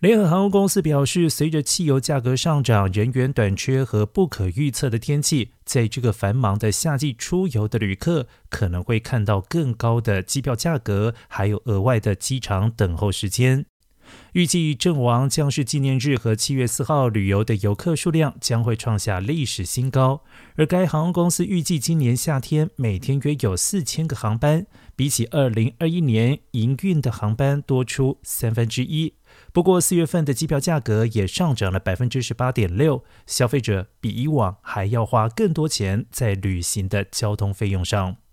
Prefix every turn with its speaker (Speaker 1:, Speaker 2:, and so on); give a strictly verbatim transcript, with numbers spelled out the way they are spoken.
Speaker 1: 联合航空公司表示，随着汽油价格上涨、人员短缺和不可预测的天气，在这个繁忙的夏季出游的旅客可能会看到更高的机票价格，还有额外的机场等候时间。预计阵亡将士纪念日和七月四号旅游的游客数量将会创下历史新高，而该航空公司预计今年夏天每天约有四千个航班，比起二零二一年营运的航班多出三分之一。不过四月份的机票价格也上涨了 百分之十八点六， 消费者比以往还要花更多钱在旅行的交通费用上。